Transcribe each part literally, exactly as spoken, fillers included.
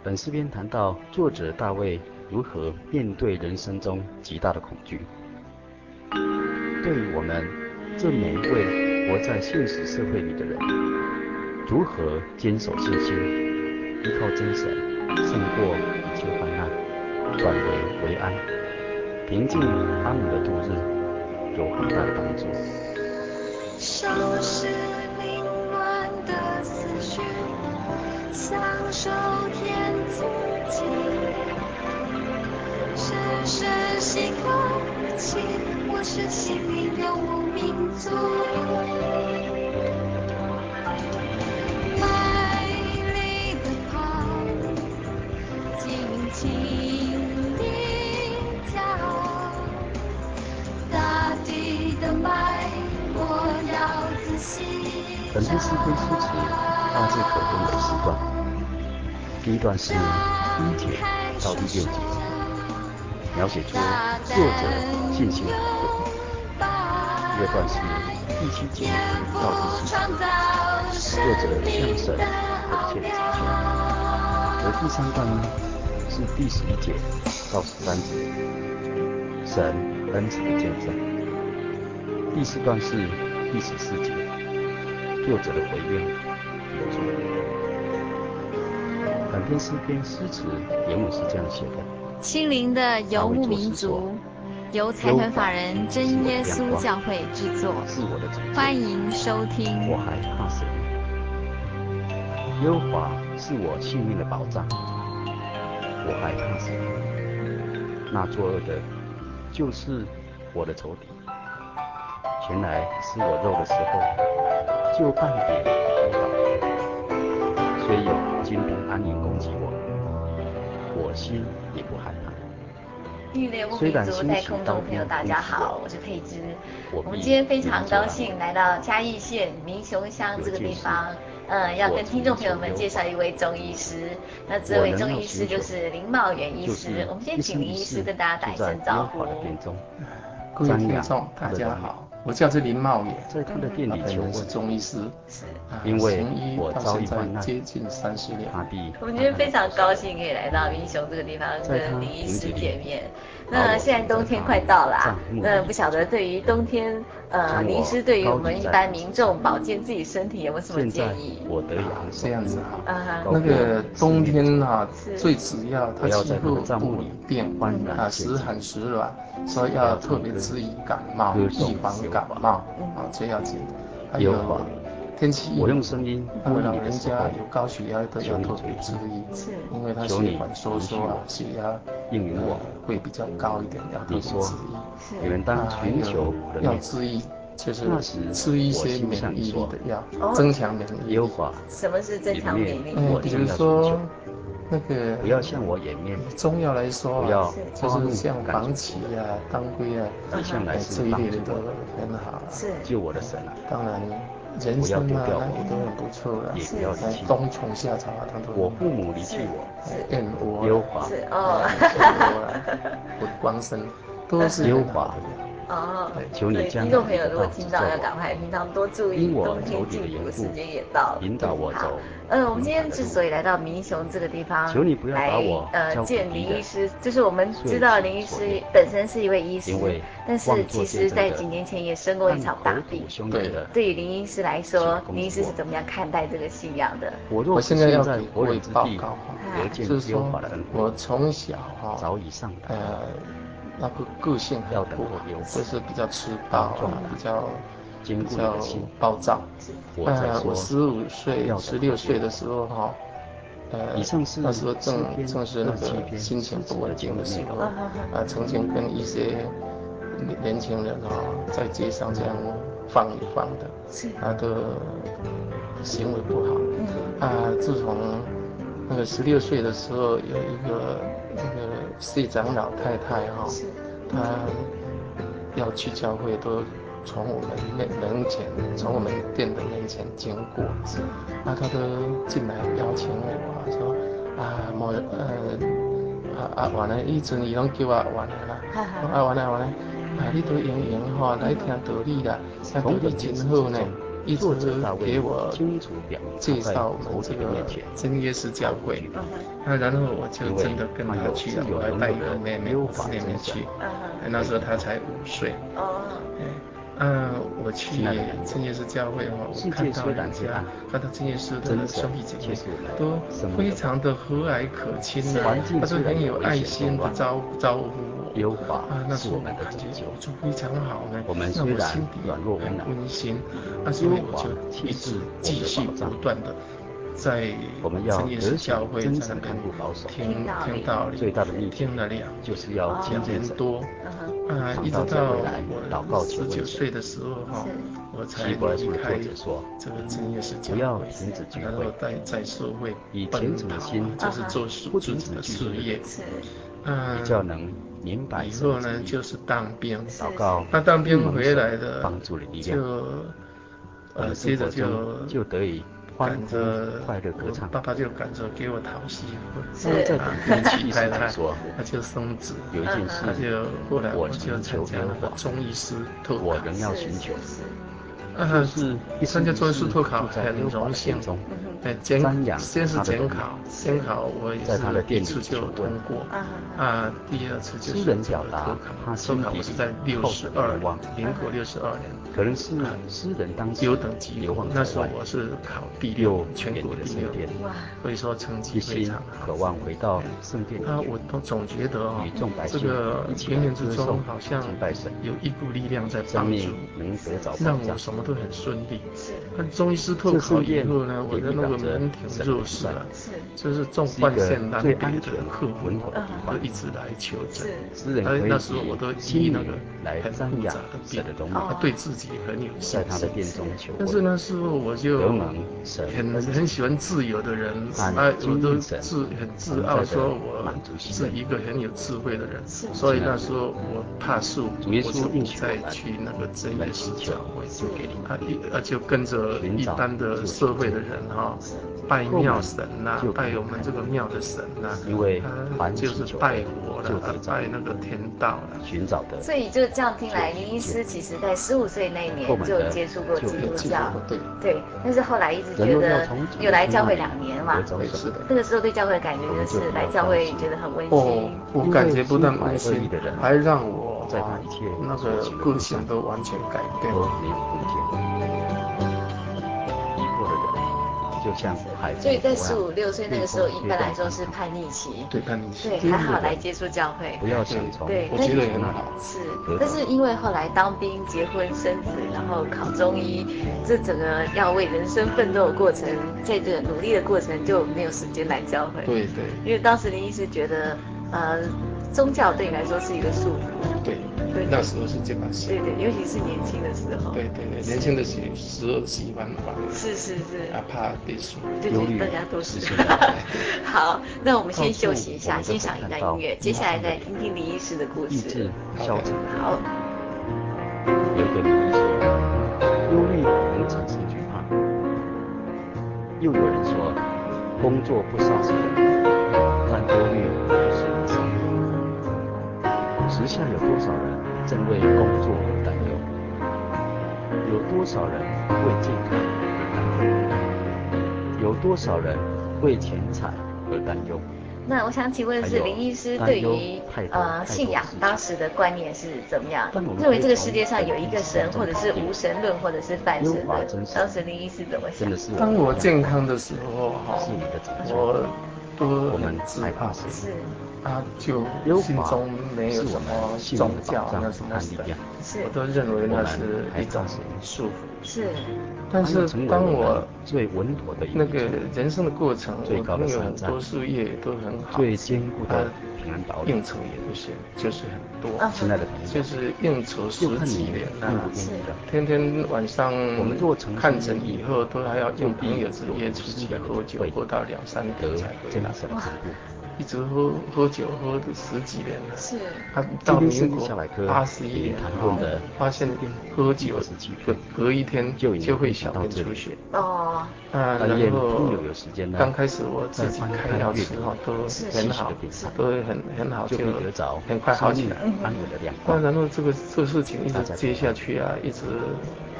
本诗篇谈到作者大卫如何面对人生中极大的恐惧。对于我们这每一位活在现实社会里的人，如何坚守信心，依靠真神，胜过一切患难，转危为安，平静安稳的度日，有很大的帮助。 收拾凌乱的思绪，享受天自己，深深吸口气，我是心灵游牧民族。卖力的跑，尽情地跳，大地的脉搏要仔细。 本篇诗篇诗词大致可分为四段，第一段是第一节到第六节，描写出作者信心的活动；第二段是第七节到第十节，作者向神恳切的祈求；而第三段呢，是第十一节到十三节，神恩慈的见证；第四段是第十四节，作者的回应援助。本篇诗篇诗词原文是这样写的： 亲临的游牧民族，由财团法人真耶稣教会制作，欢迎收听。 我还怕谁？耶和华是我性命的保障，我还怕谁？那作恶的，就是我的仇敌，前来吃我肉的时候，就半点扑倒。虽有金兵安营攻击我，我心也不害怕。 玉雷牧民族在空中的朋友，大家好，我是佩芝。我们今天非常高兴来到嘉义县民雄乡这个地方，呃，要跟听众朋友们介绍一位中医师。那这位中医师就是林茂远医师。我们先请林医师跟大家打一声招呼。 各位听众，大家好。我叫做林茂远， 在他的店里求问， 是中医师， 是， 因为我遭遇患难， 接近三十年。 我们今天非常高兴可以来到民雄这个地方跟林医师见面。那现在冬天快到了，那不晓得对于冬天，呃，林医师对于我们一般民众保健自己身体有没有什么建议？ 我得好，这样子哈， 啊， 那个冬天啊，最主要它气候不稳定，啊，时寒时暖，所以要特别注意感冒，预防感冒，啊，这要紧。还有天气， 我用声音， 那个老人家有高血压的要特别注意， 是， 因为他血管收缩啊，血压应允我会比较高一点，要特别注意。 是， 你们当寻求要注意。就是吃一些免疫力的药，增强免疫力。 什么是增强免疫力？ 嗯，比如说那个不要向我掩面。 中药来说啊，就是像黄芪啊、当归啊， 来这一类的都很好。 是， 救我的神啊！ 当然，人参啊，那也都很不错了。 也不要离弃冬虫夏草啊，当中我父母离弃我， 燕窝、 优华、 是哦， 滚光参都是优华。 哦， 求你听众朋友如果听到要赶快平常多注意，冬天进补的时间也到了， 引导我走。 嗯，我们今天之所以来到民雄这个地方， 求你不要把我来呃见林医师，就是我们知道林医师本身是一位医师，但是其实在几年前也生过一场大病。 对的，对于林医师来说，林医师是怎么样看待这个信仰的？ 我现在要给各位报告哈，就是说我从小哈早已上呃。那个个性很不好，就是比较粗暴啊，比较比较暴躁。呃，我十五岁、十六岁的时候哈，呃，那时候正正是那个心情不稳定的时候，啊，曾经跟一些年轻人哈在街上这样放一放的，他的行为不好。啊，自从那个十六岁的时候，有一个那个谢长老太太哈，她要去教会，都从我们门门前，从我们店的门前经过，那她都进来邀请我说啊，某呃啊啊，原来以前伊拢叫我原来啦，啊原来原来啊，你都用用吼来听道理啦，听道理真好呢。 一直给我介绍我们这个真耶稣教会，那然后我就真的跟他去了，我还带一个妹妹妹妹去，那时候她才五岁。嗯，我去真耶稣教会哦，我看到人家，看到真耶稣的兄弟姐妹都非常的和蔼可亲啊，他都很有爱心的招招呼我啊，那时候我感觉就非常好呢，那我心底很温馨，那所以我就一直继续不断的在真耶稣教会在那边听听道理，听了两两年多。啊，一直到我十九岁的时候哈，我才离开这个真耶稣教会，然后在在社会奔跑，就是做自己的事业。嗯，以后呢就是当兵，那当兵回来的就呃接着就就得以。赶着我爸爸就赶着给我讨媳妇，啊，娶太太，他就生子，他就后来我就参加那个中医师特考，啊，参加中医师特考很荣幸，哎，监先是监考，监考我也是一次就通过，啊，第二次就是这个特考，特考我是在六十二年，民国六十二年， 可能是诗人当时优等级，那时候我是考第六，全国第六，所以说成绩非常好。 渴望回到圣殿。 啊，我都总觉得哦，这个冥冥之中好像有一股力量在帮助，让我什么都很顺利。那中医师特考以后呢，我的那个门庭若市啊，就是众患陷难别的客户都一直来求诊，而那时候我都医那个很复杂的病，他对自己很有信心。但是那时候我就很很喜欢自由的人，啊，我都自很自傲说我是一个很有智慧的人，所以那时候我怕输，我就不再去那个真耶稣教会，啊一啊就跟着一般的社会的人哈、哦，拜庙神呐、啊，拜我们这个庙的神呐、啊，因为啊就是拜佛了，啊拜那个天道了， 寻找的。 所以就这样听来，林医师其实在十五岁那一年就接触过基督教， 对对，但是后来一直觉得有来教会两年嘛， 是的， 那个时候对教会的感觉就是来教会觉得很温馨。 哦，我感觉不但温馨，还让我在那一切那个个性都完全改变。 就像海， 所以在十五六岁那个时候，一般来说是叛逆期。 对，叛逆期。 对，还好来接触教会。 不要想从， 对， 我觉得很好。 是，但是因为后来当兵、结婚、生子，然后考中医，这整个要为人生奋斗的过程，在这个努力的过程就没有时间来教会。 对对。 因为当时林医师觉得，呃，宗教对你来说是一个束缚。 对。对，那时候是这样想。 对对，尤其是年轻的时候。 对对对，年轻的时时候喜欢玩。 是是是。 啊，怕被输。 对对，大家都是。好，那我们先休息一下，欣赏一段音乐，接下来再听听李医师的故事。 消沉。 好。 有一个人说，忧虑能产生惧怕。又有人说，工作不杀死人，但忧虑是人生命。时下有多少人正为工作而担忧？有多少人为健康而担忧？有多少人为钱财而担忧？那我想请问的是，林医师对于呃信仰当时的观念是怎么样？认为这个世界上有一个神，或者是无神论，或者是半神论？当时林医师怎么想？ 当我健康的时候，哈，我都很害怕， 是。 啊，就心中没有什么宗教那什么神，我都认为那是一种束缚。 是。 但是当我那个人生的过程，我朋友很多事业都很好， 最坚固的平安岛应酬也不行，就是很多，亲爱的朋友，就是应酬十几年了，天天晚上看诊以后都还要用朋友之约出去喝酒，喝到两三点才回来。一直喝喝酒喝了十几年了，是。他到民国八十一年啊，发现喝酒隔隔一天就就会小便出血。哦。啊，然后刚开始我自己开药吃哈都很好，都很很好，就很快好起来。嗯。那然后这个这个事情一直接下去啊，一直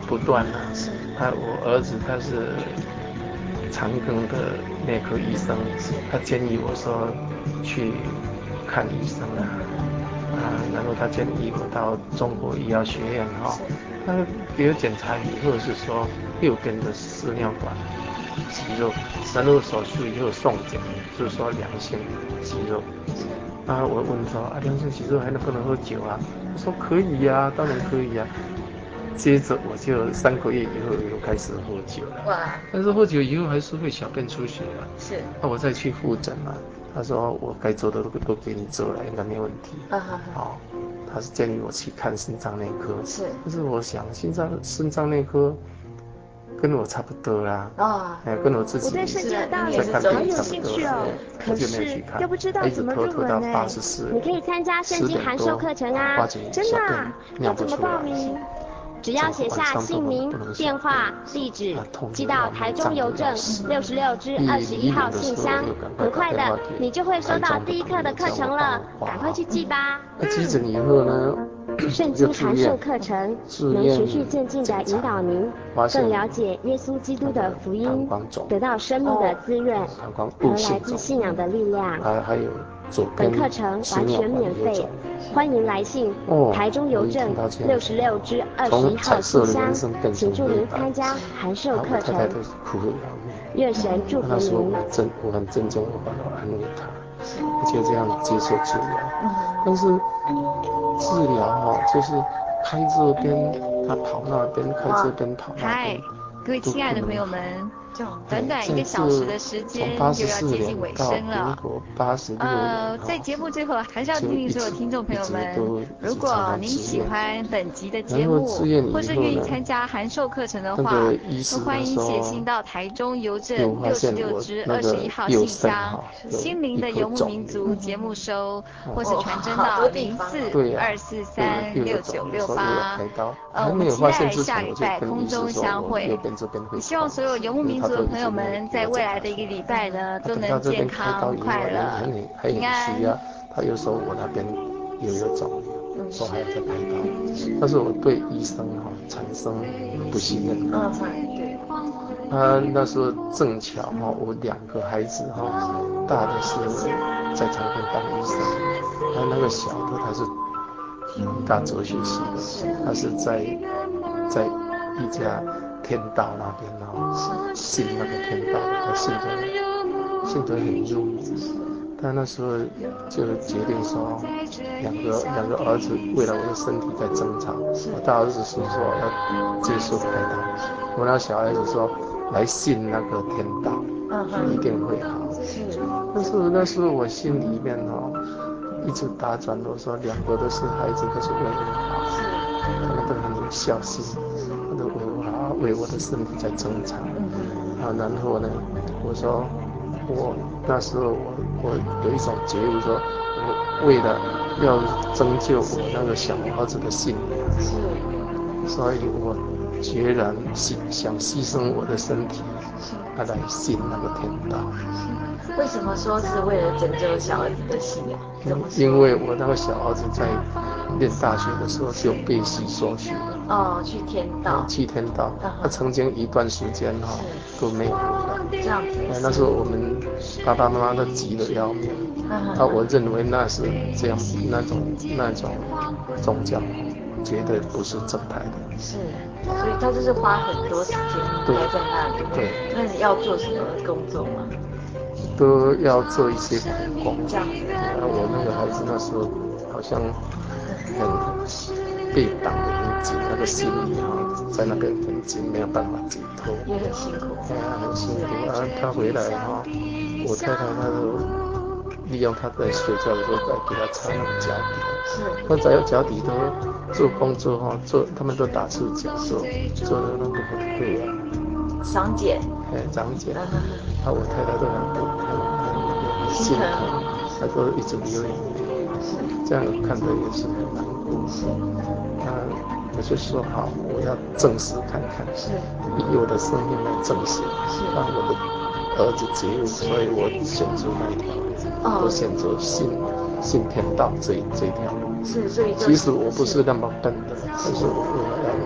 不断啊。他我儿子他是长庚的内科医生，他建议我说去看医生啊，啊，然后他建议我到中国医药学院哈、哦，他给我检查以后是说右边的四尿管肌肉，然后手术以后送检，就是说良性肌肉。啊，我问说啊，良性肌肉还能不能喝酒啊？我说可以呀、啊，当然可以呀、啊。接着我就三个月以后又开始喝酒了，哇！但是喝酒以后还是会小便出血啊。是。那我再去复诊嘛，他说我该做的都都给你做了，应该没问题。啊哈。好，他是建议我去看心脏内科。是。但是我想心脏心脏内科跟我差不多啦。啊。哎，跟我自己在看病差不多。我就没有去看，又不知道怎么入门哎。 你可以参加圣经函授课程啊，真的啊？要怎么报名？只要写下姓名、电话、地址，寄到台中邮政六十六支二十一号信箱，很快的，你就会收到第一课的课程了，赶快去寄吧。 那急诊以后呢？ 圣经函授课程能循序渐进地引导您更了解耶稣基督的福音，得到生命的滋润和来自信仰的力量。 还有本课程完全免费，欢迎来信台中邮政六十六支二十一号信箱，请祝您参加函授课程。愿神祝福您。 我很真，我很真诚，我把它安慰他，而且这样接受治疗。但是治疗哈，就是开这边他跑那边，开这边跑那边。 各位亲爱的朋友们，短短一个小时的时间又要接近尾声了。呃，在节目最后还是要提醒所有听众朋友们，如果您喜欢本集的节目，或是愿意参加函授课程的话，都欢迎写信到台中邮政六十六支二十一号信箱，心灵的游牧民族节目收，或是传真到零四二四三六九六八。呃，我们期待下礼拜空中相会。希望所有游牧民族的朋友们在未来的一个礼拜呢，都能健康快乐平安。 他又说我那边又有肿瘤，说还要再开刀，但是我对医生哈、哦、产生不信任感。对。他那时候正巧哈、哦，我两个孩子哈、哦，大的是在长庚当医生，他那个小的他是大哲学系的，他是在在一家天道那边哦，信那个天道的，他信得信得很入迷。他那时候就决定说，两个两个儿子为了我的身体在挣扎。我大儿子是说要接受开刀，我那小孩子说来信那个天道，一定会好。但是那时候我心里面哦，一直打转，我说两个都是孩子，都是为我好，他们都很有孝心，他都为我好，为我的身体在挣扎。啊，然后呢，我说。我那时候我我有一种觉悟，说我为了要拯救我那个小儿子的信仰，所以我决然想牺牲我的身体，啊来信那个天道。 为什么说是为了拯救小儿子的信仰？ 因为我那个小儿子在念大学的时候就被系所许了。 哦，去天道。 去天道，他曾经一段时间哈、哦、都没有回来。 这样子。 哎，那时候我们爸爸妈妈都急得要命。啊，我认为那是这样，那种那种宗教绝对不是正派的。 是，所以他就是花很多时间待在那里。 对。 那你要做什么工作吗？ 都要做一些苦工。这样子。啊，我那个孩子那时候好像很被绑得很紧，那个心里哈、哦，在那个很紧，没有办法解脱。 也很辛苦。 哎呀，很辛苦啊！他回来哈、哦，我太太她就利用他在睡觉的时候，再给他擦那个脚底。是。那只要脚底都做工作哈，做他们都打赤脚做，做的那个很累啊。 长茧。 哎，长茧。啊，我太太都很不很很很心疼，她都一直流眼泪，这样看着也是很难过。啊，我就说好，我要证实看看，以我的生命来证实，让我的儿子觉悟，所以我选择那一条路，我选择信信天道这这条路。是，所以其实我不是那么笨的，但是我为了要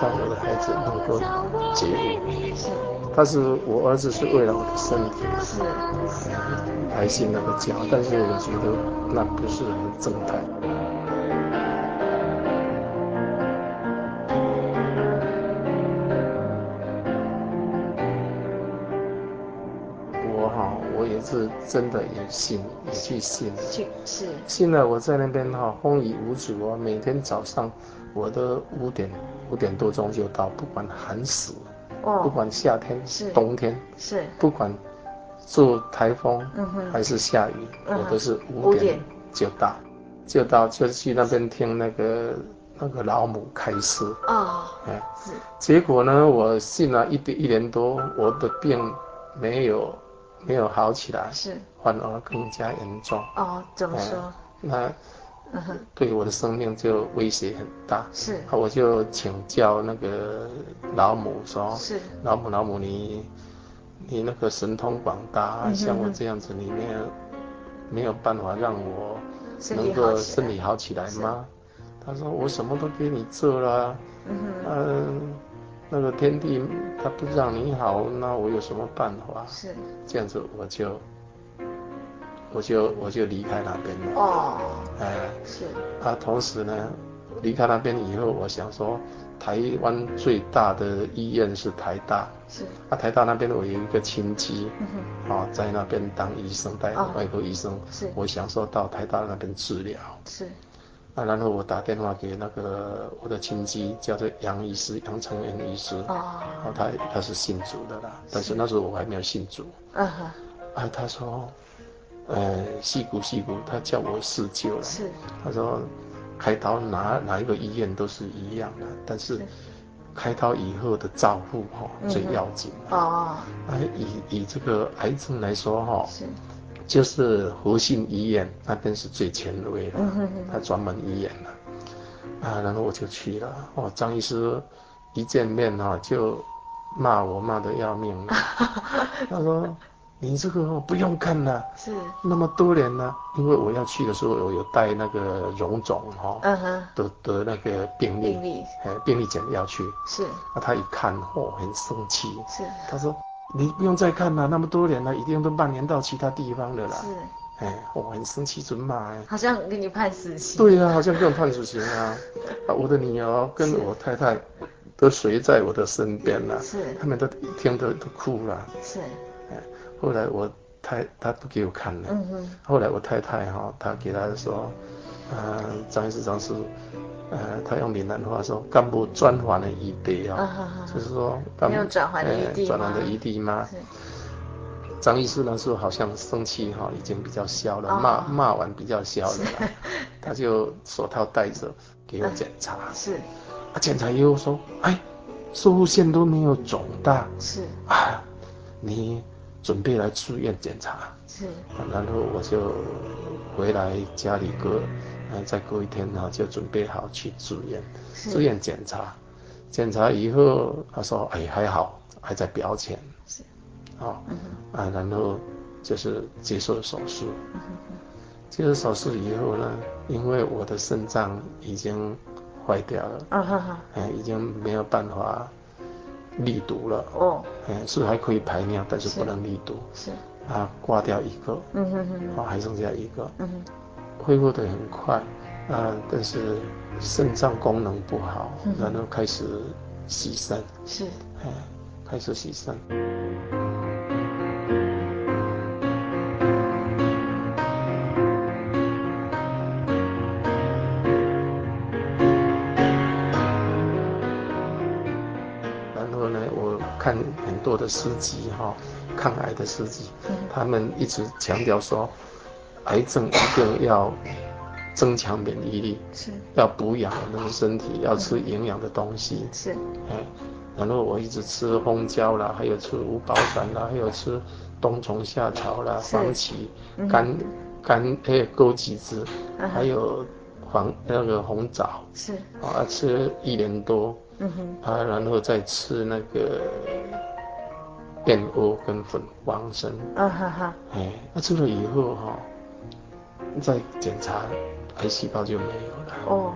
望我的孩子能够觉悟。是，但是我儿子是为了我的身体，是，来信那个教，但是我觉得那不是很正态。我哈，我也是真的也信，也去信了， 是信了。我在那边哈风雨无阻啊，每天早上我都五点五点多钟就到，不管寒暑，哦，不管夏天是冬天是，不管做台风，嗯哼，还是下雨，嗯，我都是五点就到，就到就去那边听那个那个老母开示啊，哎，是。结果呢，我信了一一年多，我的病没有。没有好起来，是反而更加严重。哦，怎么说？那，嗯哼，对我的生命就威胁很大。是，我就请教那个老母说，是老母老母你，你那个神通广大，嗯、像我这样子，你没有没有办法让我能够身体好起来吗？他说我什么都给你做了，嗯哼，嗯。那个天地他不让你好，那我有什么办法？是这样子，我就我就我就离开那边了。哦，哎，是啊，同时呢，离开那边以后，我想说，台湾最大的医院是台大，是啊，台大那边我有一个亲戚，嗯哼，啊，在那边当医生，当外科医生，是，我想说到台大那边治疗，是。啊，然后我打电话给那个我的亲戚，叫做杨医师，杨成元医师。哦。哦，他他是信主的啦，但是那时候我还没有信主。嗯哼。啊，他说，呃，细骨细骨，他叫我施救了。是。他说，开刀哪哪一个医院都是一样的，但是开刀以后的照护哈、哦、最要紧。哦。啊，以以这个癌症来说哈、哦。是。就是和信医院那边是最前卫的，他专门医院了，啊，然后我就去了。哦，张医师一见面哈、哦、就骂我骂得要命了，他说你这个不用看了，是那么多年了，因为我要去的时候我有带那个荣总哈、哦，的的那个病历，病历，哎，病历简要去，是，啊，他一看哦很生气，是，他说。你不用再看了，那么多年了，一定都蔓延到其他地方了啦。是，哎，我很生气，准骂哎。 好像给你判死刑。 对啊，好像给我判死刑啊！啊，我的女儿跟我太太都随在我的身边了，是，他们都听得都哭了。是，哎，后来我太她不给我看了，嗯哼。后来我太太哈、哦，她给她说，呃，张医师张师。呃，他用闽南话说“干部转圜的余地”啊，就是说没有转圜的余地吗？转圜的余地吗？张医师那时候好像生气哈、哦，已经比较消了，骂、哦、骂完比较消了啦，他就手套戴着给我检查，呃、是，啊，检查以后说，哎，射护腺都没有肿大，是啊，你准备来住院检查，是，啊、然后我就回来家里过。再过一天呢，就准备好去住院，住院检查，检查以后他说，哎，还好，还在表前，是，哦，嗯、啊，然后就是接受手术，嗯、接受手术以后呢，因为我的肾脏已经坏掉了，啊哈哈，哎，已经没有办法利毒了，哦，哎，是还可以排尿，但是不能利毒，是，啊，挂掉一个，嗯哼哼，哦，还剩下一个，嗯哼。恢复得很快，啊，但是肾脏功能不好，嗯、然后开始洗肾，是，哎，开始洗肾。然后呢，我看很多的诗集哈、哦，抗癌的诗集，嗯、他们一直强调说。癌症一定要增强免疫力，是，要补养我们的身体，要吃营养的东西，是，哎，然后我一直吃蜂胶啦，还有吃五宝散啦，还有吃冬虫夏草啦、黄芪、甘甘哎枸杞子，还有黄那个红枣，是，啊吃一年多，嗯哼，啊然后再吃那个。燕窝跟粉王参，啊哈哈，哎，那吃了以后哈、哦，再检查癌细胞就没有了。哦，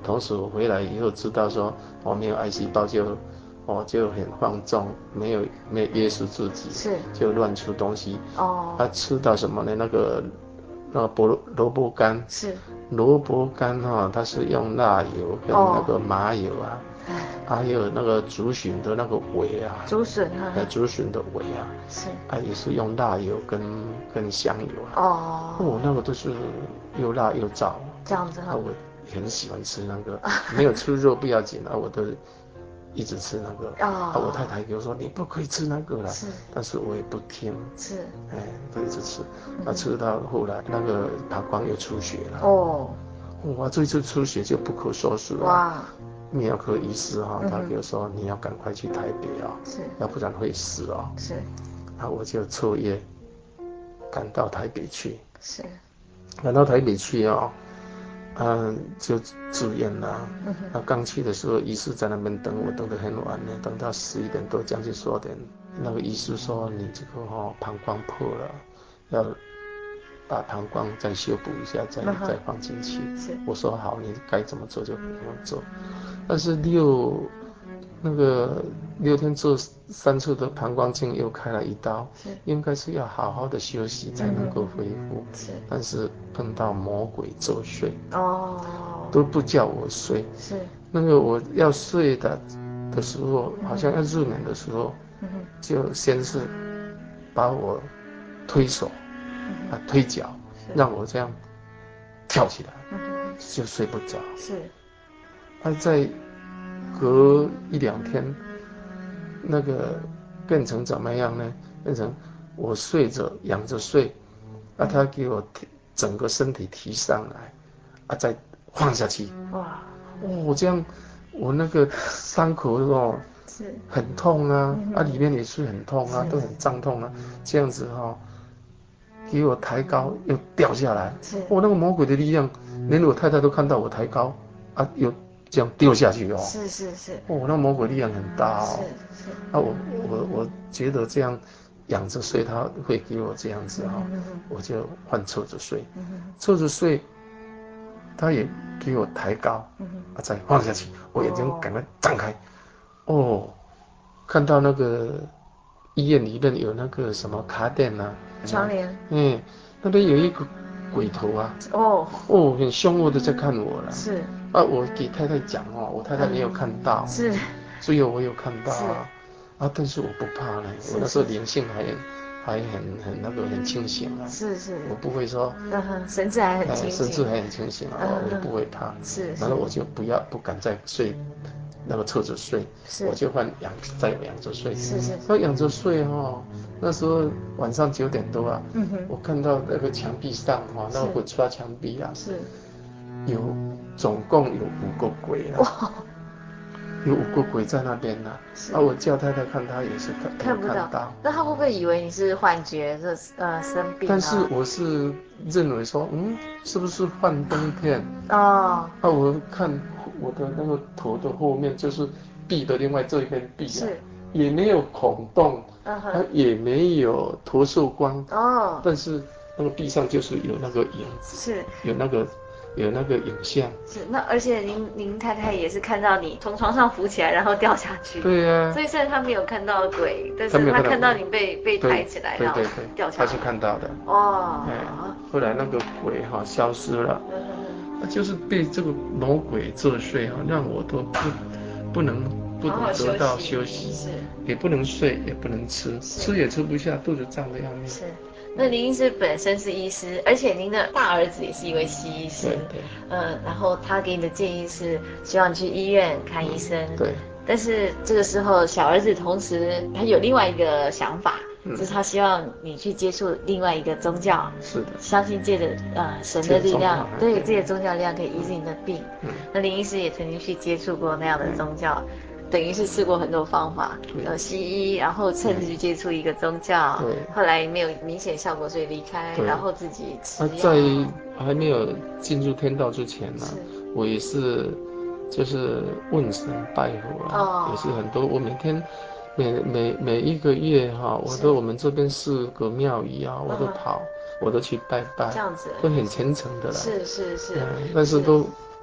同时我回来以后知道说我没有癌细胞就。哦，就很放纵，没有没有约束自己， 是就乱吃东西。 哦， 他、啊、吃到什么呢？那个那个萝萝卜干， 是萝卜干哈、哦，它是用辣油跟那个麻油啊，哦、还有那个竹笋的那个尾啊， 竹笋哈， 呃，竹笋的尾啊， 是啊也是用辣油跟跟香油啊。 哦， 哦，那个都是又辣又燥。 这样子哈。 啊，我很喜欢吃那个，没有吃肉不要紧啊，我都。一直吃那个，哦、啊，我太太给我说你不可以吃那个了，是，但是我也不听， 是， 哎，都一直吃，啊，吃到后来那个膀胱又出血了， 哦， 哇，这一次出血就不可收拾了，哇，泌尿科医师哈、哦，他给我说你要赶快去台北啊、哦，是，要不然会死哦，是，啊，我就彻夜赶到台北去，是，赶到台北去哦。嗯，就住院了。那刚去的时候，医师在那边等我，等得很晚呢，等到十一点多，将近十二点。那个医师说：“你这个哈、哦、膀胱破了，要把膀胱再修补一下，再再放进去。”我说：“好，你该怎么做就怎么做。”但是六那个六天做三次的膀胱镜又开了一刀，应该是要好好的休息才能够恢复。是，但是碰到魔鬼作祟哦，都不叫我睡。是，那个我要睡的的时候，好像要入眠的时候，就先是把我推手啊推脚，让我这样跳起来，就睡不着。是，还在。隔一两天，那个变成怎么样呢？变成我睡着仰着睡，啊，他给我提整个身体提上来，啊，再放下去。哇，哦，这样我那个伤口哦，是很痛啊，嗯、啊，里面也是很痛啊，都很胀痛啊，这样子哈、哦，给我抬高又掉下来。是，哦，那个魔鬼的力量，连我太太都看到我抬高，啊，又。这样丢下去哦，是是是，哦，那魔鬼力量很大哦，是是，啊，我我我觉得这样仰着睡，他会给我这样子哈、哦，嗯、我就换侧着睡，嗯、侧着睡，他也给我抬高，嗯、啊，再放下去，我眼睛赶快张开，哦，哦看到那个医院里面有那个什么卡垫啊， 窗帘， 嗯，那边有一个鬼头啊，哦哦，很凶恶的在看我了，是。啊，我给太太讲哦，我太太没有看到，嗯、是，只有我有看到啊，啊，但是我不怕呢，我那时候灵性还还很很那个很清醒啊，是是，我不会说，嗯哼，神智还很清醒，神智还很清醒啊，嗯、我也不会怕，是，然后我就不要不敢再睡，那个侧着睡，我就换仰再仰着睡，是是，那仰着睡哦，那时候晚上九点多啊，嗯哼，我看到那个墙壁上哈、哦，那个粉刷墙壁啊，是，有。总共有五个鬼啊，有五个鬼在那边呢、啊。啊，我叫太太看，她也是看看不到。看到那他会不会以为你是幻觉，是呃生病、啊？ 但是我是认为说，嗯，是不是幻灯片？哦。啊，我看我的那个头的后面就是壁的另外这一边壁啊，也没有孔洞，嗯、它也没有投射光。哦。但是那个壁上就是有那个影子，是有那个。有那个影像是那，而且您您太太也是看到你从床上浮起来，然后掉下去。 对呀、啊。 所以虽然他没有看到鬼，但是他看到你被被抬起来，然后掉下来。 他是看到的。哦。哎，后来那个鬼哈、哦、消失了，嗯、就是被这个魔鬼作祟哈、哦，让我都不不能不能得到休息，是也不能睡，也不能吃，吃也吃不下，肚子胀得要命。是。 那林医师本身是医师，而且您的大儿子也是一位西医师，对对，嗯，然后他给你的建议是希望你去医院看医生，嗯、对。但是这个时候，小儿子同时他有另外一个想法，嗯、就是他希望你去接触另外一个宗教，是的，相信借着呃神的力量，对，这些宗教力量可以医治你的病。嗯，那林医师也曾经去接触过那样的宗教。嗯等于是试过很多方法，呃，西医，然后趁着去接触一个宗教，对，后来没有明显效果，所以离开，然后自己吃药。 在还没有进入天道之前呢、啊，我也是就是问神拜佛啊，哦、也是很多，我每天每每每一个月哈、啊，我都我们这边四个庙宇啊，我都跑，嗯、我都去拜拜，这样子，都很虔诚的啦， 是是是， 嗯，但是都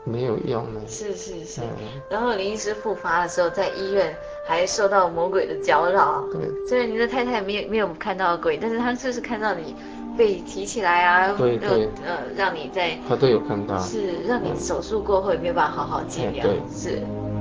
没有用呢。 是是是。嗯、然后林医师复发的时候，在医院还受到魔鬼的搅扰。 对。 虽然您的太太没有没有看到鬼，但是她就是看到你被提起来啊， 对对， 呃，让你在。 她都有看到。 是，让你手术过后也没有办法好好治疗。 对。 是。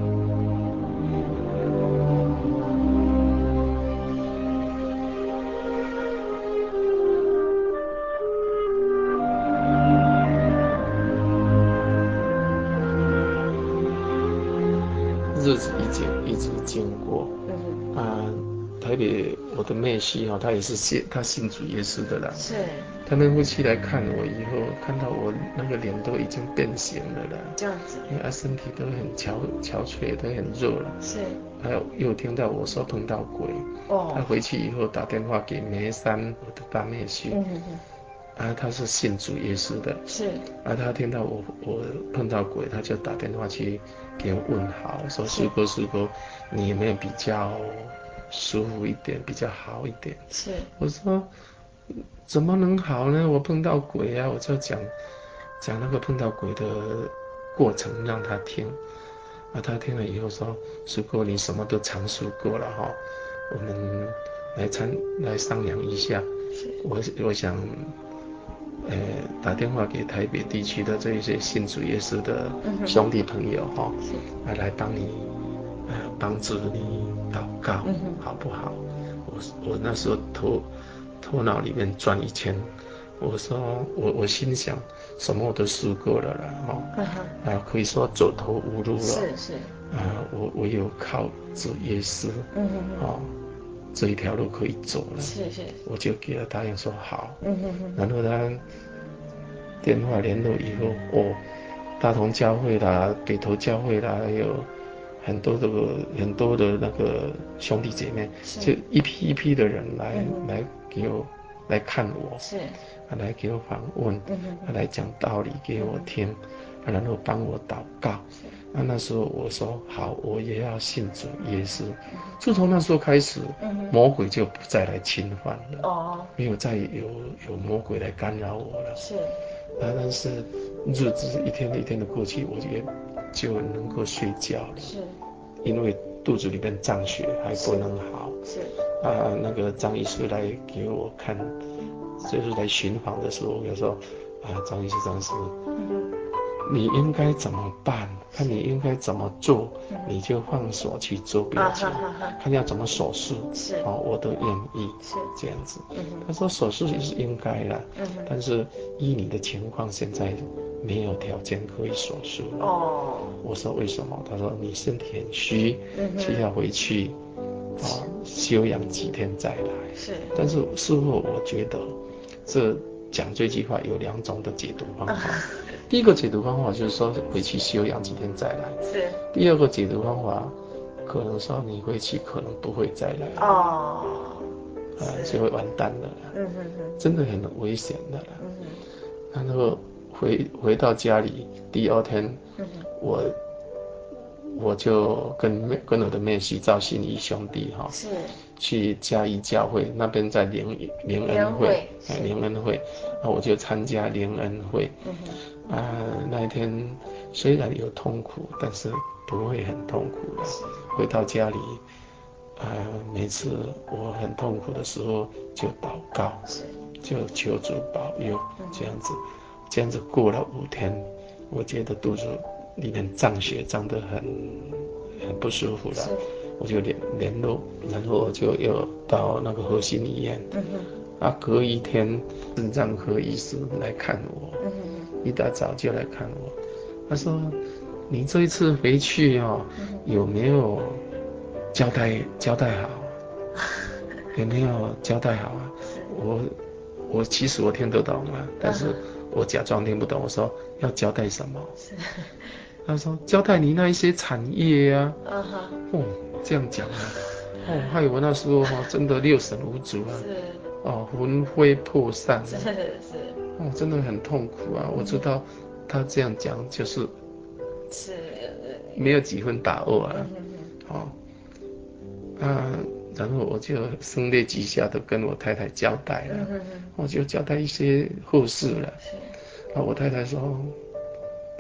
日子一经一直经过，嗯啊，台北我的妹婿哈、哦，他也是信他信主耶稣的啦， 是， 他们夫妻来看我以后，看到我那个脸都已经变形了啦， 这样子， 因为他身体都很憔憔悴，都很弱了， 是， 还有又听到我说碰到鬼，哦，他回去以后打电话给梅山我的大妹婿，嗯哼哼。啊，他是信主耶稣的， 是。 啊，他听到我我碰到鬼，他就打电话去给我问好，说师哥师哥，你有没有比较舒服一点，比较好一点？ 是。 我说怎么能好呢？我碰到鬼啊，我就讲讲那个碰到鬼的过程让他听，啊，他听了以后说，师哥你什么都尝试过了哈，我们来参来商量一下，我我想。呃，打电话给台北地区的这一些信主耶稣的兄弟朋友哈、哦，啊，来帮你，呃，帮助你祷告，嗯、好不好？我我那时候头头脑里面转一圈，我说我我心想，什么我都试过了啦，哈、哦，啊，可以说走投无路了， 是是， 啊，我唯有靠主耶稣，嗯哼哼，哦。这一条路可以走了， 是是， 我就给了答应说好，嗯哼哼，然后他电话联络以后，哦，大同教会啦、北投教会啦，还有很多的很多的那个兄弟姐妹，就一批一批的人来、嗯、来给我来看我，是，啊、来给我访问，嗯、啊、来讲道理给我听，啊、然后帮我祷告。啊，那时候我说好，我也要信主耶稣。自从那时候开始，嗯、魔鬼就不再来侵犯了，哦，没有再有有魔鬼来干扰我了。是，啊，但是日子一天一天的过去，我也就能够睡觉了。是，因为肚子里面胀血还不能好。是，啊，那个张医师来给我看，就是来巡访的时候，我说啊，张医师，张医师。嗯你应该怎么办？看你应该怎么做，嗯、你就放手去做，不要紧。啊、哈哈哈看要怎么手术，是哦，我都愿意。是这样子。嗯、他说手术也是应该的，嗯、但是依你的情况，现在没有条件可以手术了。哦。我说为什么？他说你身体很虚，嗯、需要回去啊、哦、休养几天再来。是。但是事后我觉得这。讲这句话有两种的解读方法，第一个解读方法就是说回去休养几天再来，是。第二个解读方法，可能说你回去可能不会再来，哦，啊，就会完蛋了，嗯哼哼，真的很危险的了，嗯哼。然后回回到家里，第二天，嗯哼，我我就跟跟我的妹婿赵信义兄弟哈，是。去嘉义教会那边在灵灵恩会，哎灵恩会，那我就参加灵恩会，嗯哼，啊那一天虽然有痛苦，但是不会很痛苦的。回到家里，啊每次我很痛苦的时候就祷告，就求主保佑，这样子，这样子过了五天，我觉得肚子里面胀血胀得很很不舒服了。我就联联络，然后我就又到那个核心医院，嗯哼，啊，隔一天肾脏科医师来看我，嗯哼，一大早就来看我，他说，你这一次回去哦，嗯、有没有交代交代好？有没有交代好啊？我我其实我听得懂啊，但是我假装听不懂，我说要交代什么？他说交代你那一些产业啊，嗯哼，哦。这样讲啊，哦，害我那时候哈、哦、真的六神无主啊，是，哦，魂飞魄散、啊，是是，哦，真的很痛苦啊。嗯、我知道他这样讲就是是没有几分把握啊，好、嗯，啊，然后我就声泪俱下的跟我太太交代了，嗯、我就交代一些后事了，是，啊，我太太说，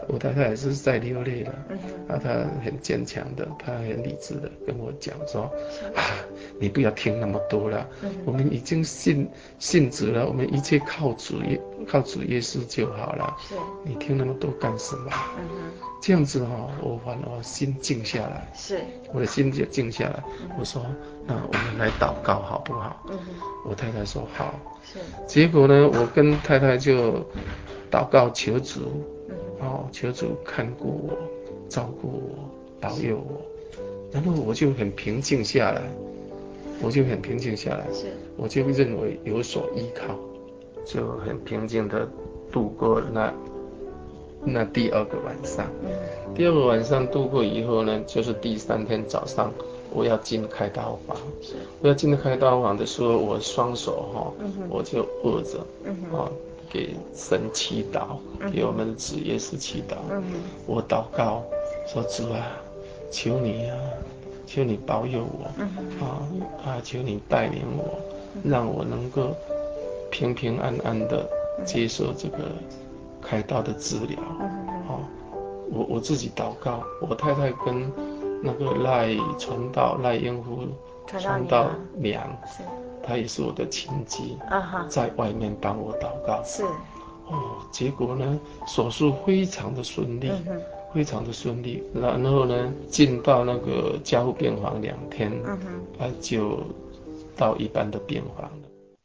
我太太也是在流泪了，嗯、啊，她很坚强的，她很理智的跟我讲说，啊，你不要听那么多了，嗯、我们已经信信主了，我们一切靠主耶靠主耶稣就好了，是，你听那么多干什么？嗯、这样子哈、哦，我反而心静下来，是，我的心就静下来，嗯、我说，那我们来祷告好不好？嗯、我太太说好，是，结果呢，我跟太太就祷告求主。哦，求主看顾我，照顾我，保佑我，然后我就很平静下来，我就很平静下来，是，我就认为有所依靠，就很平静的度过那那第二个晚上。嗯、第二个晚上度过以后呢，就是第三天早上我要进开刀房，是，我要进开刀房的时候，我双手哈、哦，嗯、我就握着，嗯、哦。给神祈祷，给我们的主耶稣祈祷。嗯、我祷告说：“主啊，求你啊，求你保佑我，嗯、啊啊，求你带领我，让我能够平平安安的接受这个开刀的治疗。嗯”啊，我我自己祷告，我太太跟那个赖传道赖英夫传道娘。是，他也是我的亲戚， uh-huh. 在外面帮我祷告。是，哦，结果呢，手术非常的顺利，嗯、非常的顺利。然后呢，进到那个加护病房两天，嗯、啊，就到一般的病房了。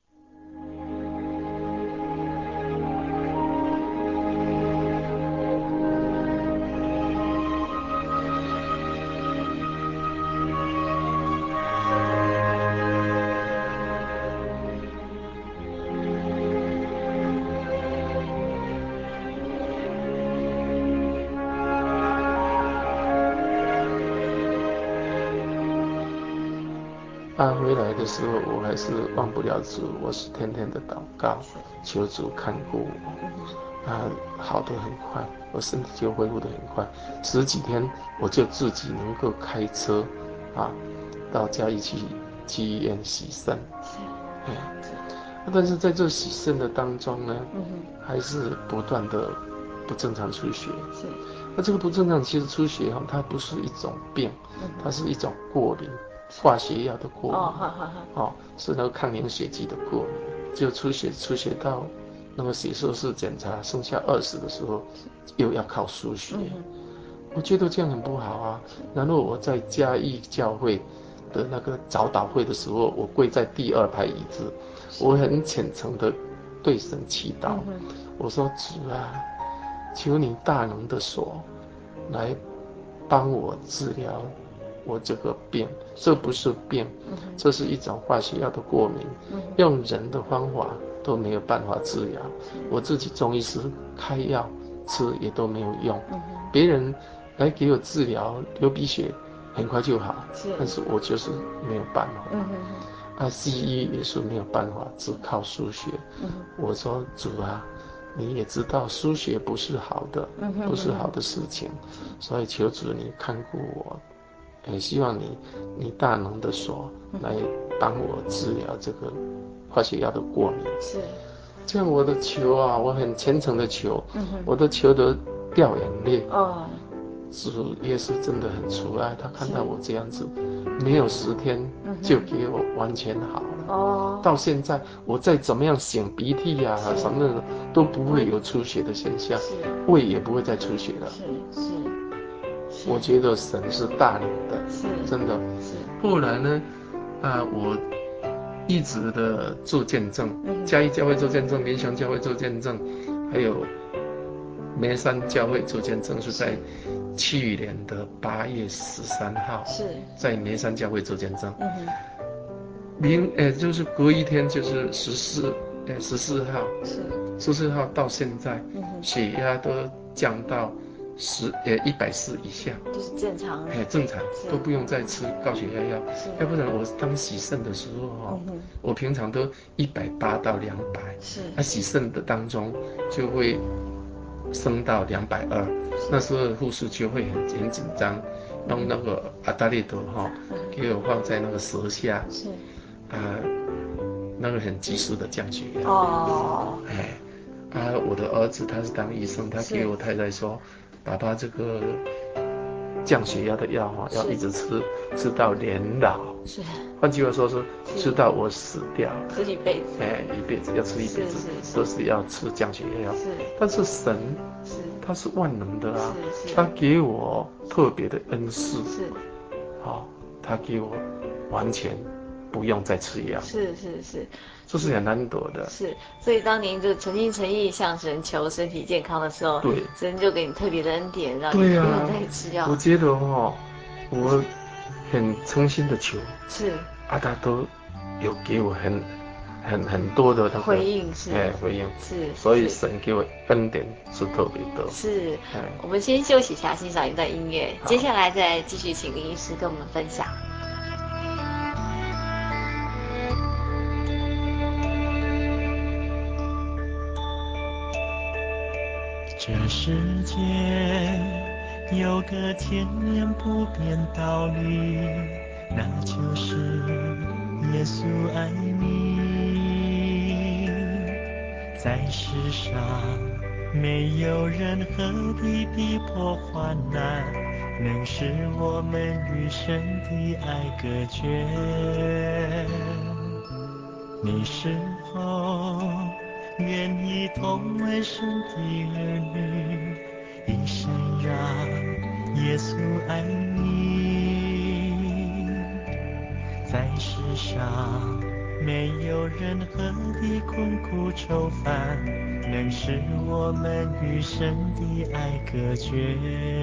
他回来的时候，我还是忘不了主，我是天天的祷告，求主看顾我。啊，好得很快，我身体就恢复得很快，十几天我就自己能够开车，啊，到嘉义去去医院洗肾。嗯，但是在这洗肾的当中呢，还是不断的不正常出血。是，那这个不正常其实出血哈，它不是一种病，它是一种过敏。化学药的过敏，哦，好好好，哦，是那个抗凝血剂的过敏，就出血出血到那个血色室检查剩下二十的时候，又要靠输血，嗯、我觉得这样很不好啊。然后我在嘉义教会的那个早祷会的时候，我跪在第二排椅子，我很虔诚的对神祈祷，嗯、我说主啊，求你大能的手来帮我治疗我这个病，这不是病，这是一种化学药的过敏，用人的方法都没有办法治疗。我自己中医师开药吃也都没有用，别人来给我治疗流鼻血很快就好，但是我就是没有办法。啊，西医也是没有办法，只靠输血。我说主啊，你也知道输血不是好的，不是好的事情，所以求主你看顾我。也希望你，你大能的手来帮我治疗这个化学药的过敏。是，这样我的求啊，我很虔诚的求，嗯、我的求得掉眼泪。哦，主耶稣真的很慈爱，他看到我这样子，没有十天就给我完全好了。哦，到现在我再怎么样擤鼻涕呀、啊，什么的都不会有出血的现象，胃也不会再出血了。是是。我觉得神是大能的，是真的。是。后来呢，啊，我一直的做见证，嘉义教会做见证，民雄教会做见证，还有梅山教会做见证，是在去年的八月十三号，是在梅山教会做见证。嗯哼。明，呃，就是隔一天，就是十四，呃，十四号，是十四号到现在，嗯、血压都降到十，呃，一百四以下，就是正常，哎，正常，都不用再吃高血压药，要不然我当洗肾的时候哈、哦嗯，我平常都一百八到两百，是，那、啊、洗肾的当中就会升到两百二，那时候护士就会很很紧张，用那个阿达利多哈，给我放在那个舌下，是。啊、呃，那个很及时的降血压。哦，哎， 啊，我的儿子他是当医生，他给我太太说，爸爸这个降血压的药哈，要一直吃，吃到年老。是。换句话说是吃到我死掉。 吃一辈子。 哎，一辈子要吃一辈子，都是要吃降血压药。是。但是神，是，他是万能的啊，他给我特别的恩赐。是。好，他给我完全不用再吃药。是是是。这是很难得的。是， 所以当您就诚心诚意向神求身体健康的时候，对，神就给你特别的恩典，让你不用再吃药。 我觉得哦，我很诚心的求，是啊，他都有给我很很很多的那个回应，是， 哎，回应是，所以神给我恩典是特别的。 是，我们先休息一下，欣赏一段音乐，接下来再继续请林医师跟我们分享。 这世间有个千年不变道理，那就是耶稣爱你。在世上没有任何的逼迫患难能使我们与神的爱隔绝。你是否愿意同为神的儿女，一生让耶稣爱你？在世上没有任何的困苦愁烦能使我们与神的爱隔绝。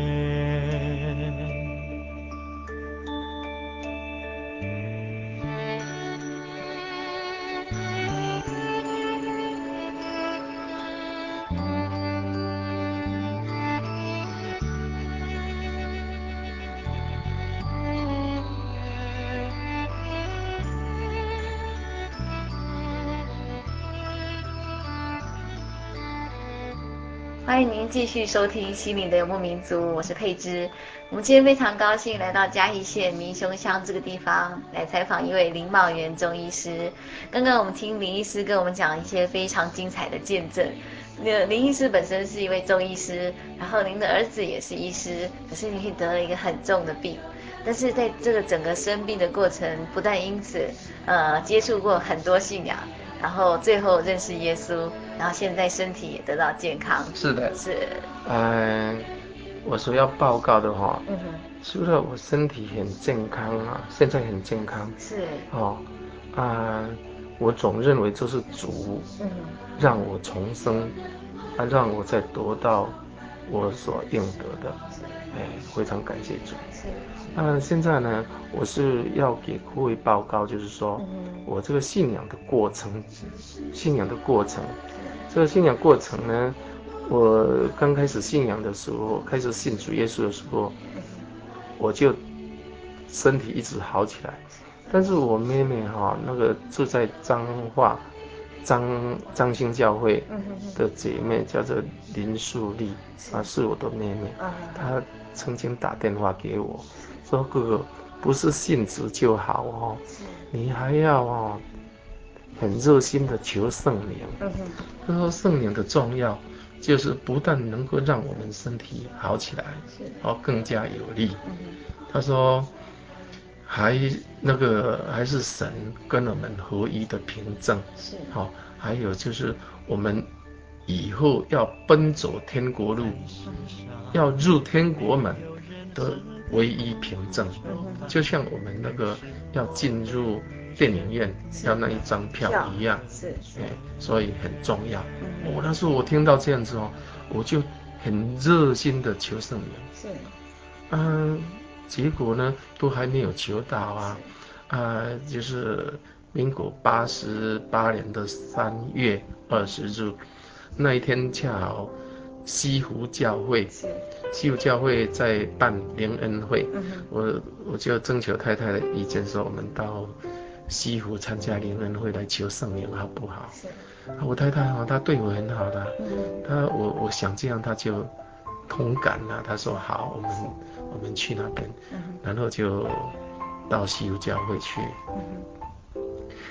欢迎您继续收听《心灵的游牧民族》，我是佩芝。我们今天非常高兴来到嘉义县民雄乡这个地方来采访一位林茂元中医师。刚刚我们听林医师跟我们讲一些非常精彩的见证。那林医师本身是一位中医师，然后您的儿子也是医师，可是您得了一个很重的病。但是在这个整个生病的过程，不但因此呃接触过很多信仰，然后最后认识耶稣，然后现在身体也得到健康。 是的， 是。 嗯、呃，我所要报告的哈、哦，嗯哼，除了我身体很健康啊，现在很健康。是。哦，啊、呃，我总认为这是主，嗯，让我重生，啊，让我再得到我所应得的。哎，非常感谢主。是。那现在呢，我是要给各位报告，就是说，嗯、我这个信仰的过程，信仰的过程，这个信仰过程呢，我刚开始信仰的时候，开始信主耶稣的时候，我就身体一直好起来。但是我妹妹哈、哦，那个住在彰化彰彰兴教会的姐妹叫做林素丽，啊，是我的妹妹，她曾经打电话给我，说哥哥，不是信主就好哦，你还要哦很热心的求圣灵。她说圣灵的重要，就是不但能够让我们身体好起来，哦更加有力。她说还那个还是神跟我们合一的凭证，是好、哦，还有就是我们以后要奔走天国路，要入天国门的唯一凭证，就像我们那个要进入电影院要那一张票一样，是，哎，所以很重要。我、哦、那时候我听到这样子哦，我就很热心的求圣灵，是，嗯、呃。结果呢，都还没有求到啊，啊、呃，就是民国八十八年的三月二十日，那一天恰好西湖教会，西湖教会在办灵恩会，嗯、我我就征求太太的意见，说我们到西湖参加灵恩会来求圣灵好不好？我太太哈，她对我很好的，嗯、她我我想这样，她就同感了，她说好，我们。我们去那边，然后就到西湖教会去。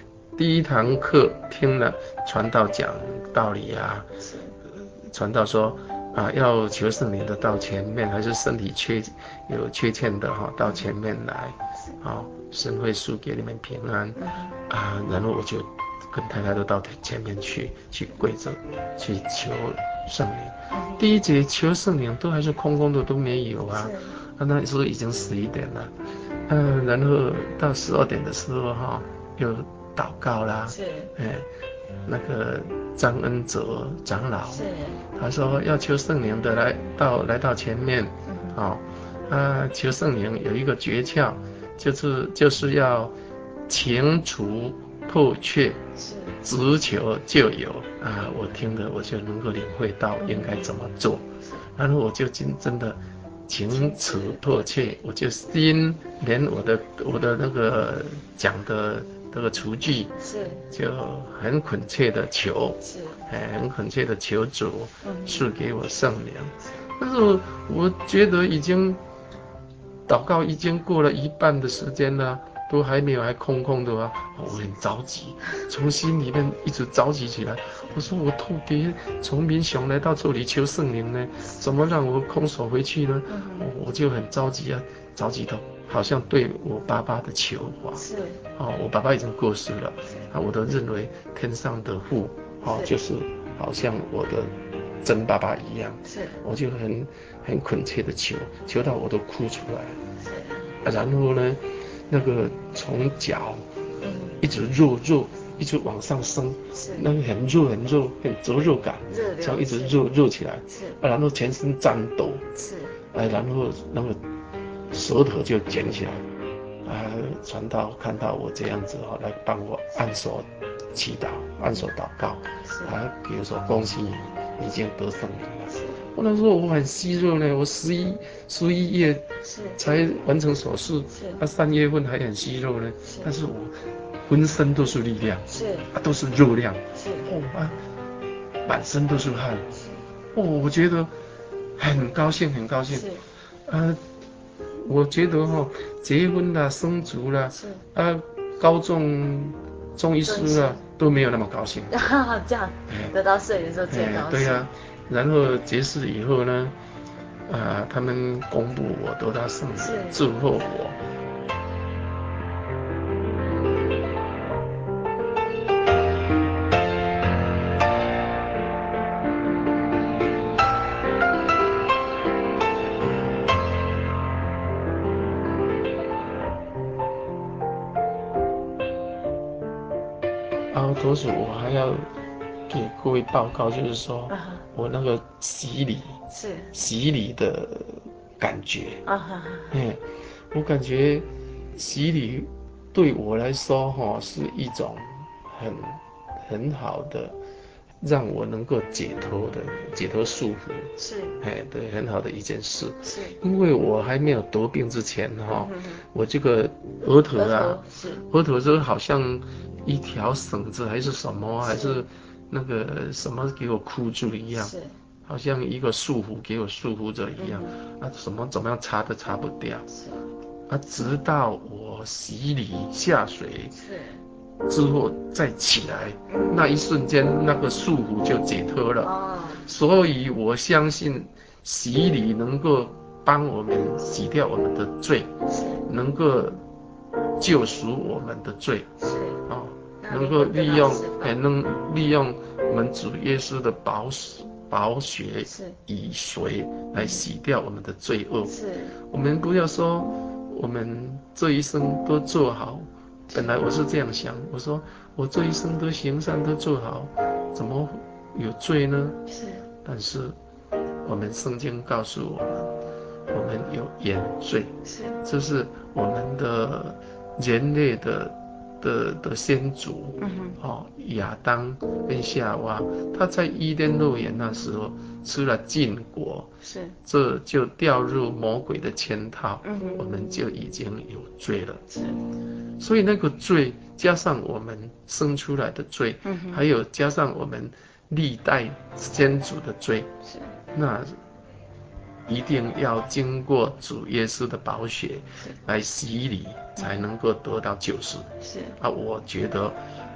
第一堂课听了传道讲道理啊，传道说啊要求圣灵的到前面，还是身体缺有缺欠的哈、哦、到前面来，好、哦，神会赐给你们平安啊。然后我就跟太太都到前面去去跪着去求圣灵。第一节求圣灵都还是空空的，都没有啊。啊那时候已经十一点了，嗯、呃，然后到十二点的时候哈、哦、又祷告啦，是，哎，那个张恩哲长老，是，他说要求圣灵的来到来到前面，嗯、哦，啊，求圣灵有一个诀窍，就是就是要清除破缺，是，直求就有啊。我听的我就能够领会到应该怎么做，然后我就真真的清除破缺，我就心连我的我的那个讲的这个厨具是就很恳切的求，是很恳切的求主赐给我圣灵。但是我觉得已经祷告已经过了一半的时间了，都还没有，还空空的啊！我很着急，从心里面一直着急起来。我说我特别从民雄来到这里求圣灵呢，怎么让我空手回去呢？我我就很着急啊，着急到好像对我爸爸的求法。是哦，我爸爸已经过世了，啊，我都认为天上的父哦，就是好像我的真爸爸一样。是，我就很很恳切的求，求到我都哭出来。是，啊，然后呢？那个从脚一直热热一直往上升，那个很热很热很灼热感，这样一直热热起来，啊，然后全身颤抖，是，啊，然后那个舌头就卷起来，啊，传道看到我这样子哈、哦，来帮我按手祈祷，按手祷告，啊，比如说恭喜你已经得圣灵了。我那时候我很虚弱呢，我十一十一月才完成手术，啊，三月份还很虚弱呢，但是我浑身都是力量，是啊，都是热量，是哦啊，满身都是汗，哦，我觉得很高兴，很高兴，啊，我觉得哈、哦，结婚啦、生族啦，啊，高中中医师啦都没有那么高兴， 这样得到圣灵的时候最高兴， 对呀、啊。然后结识以后呢，啊，他们公布我得到圣灵，祝贺我。然后同时我还要给各位报告，就是说、uh-huh. 我那个洗礼是洗礼的感觉啊哈，哎、uh-huh. 我感觉洗礼对我来说哈、哦、是一种很很好的让我能够解脱的解脱束缚，是哎对，很好的一件事，是因为我还没有得病之前哈、哦嗯、我这个额头啊是额头就好像一条绳子还是什么，还是那个什么给我箍住一样，是好像一个束缚给我束缚着一样、嗯、啊，什么怎么样擦都擦不掉，是啊，直到我洗礼下水是之后再起来，那一瞬间那个束缚就解脱了、哦、所以我相信洗礼能够帮我们洗掉我们的罪，能够救赎我们的罪，是哦，能够利用也能利用我们主耶稣的宝血宝血以水来洗掉我们的罪恶。是，我们不要说我们这一生都做好，本来我是这样想，我说我这一生都行善都做好，怎么有罪呢？是，但是我们圣经告诉我们，我们有原罪，是，这是我们的人类的的的先祖，嗯哼，哦，亚当跟夏娃，他在伊甸乐园那时候吃了禁果，是，这就掉入魔鬼的圈套，嗯哼，我们就已经有罪了，是，所以那个罪加上我们生出来的罪，嗯哼，还有加上我们历代先祖的罪，是，那一定要经过主耶稣的宝血来洗礼，才能够得到救赎。是啊，我觉得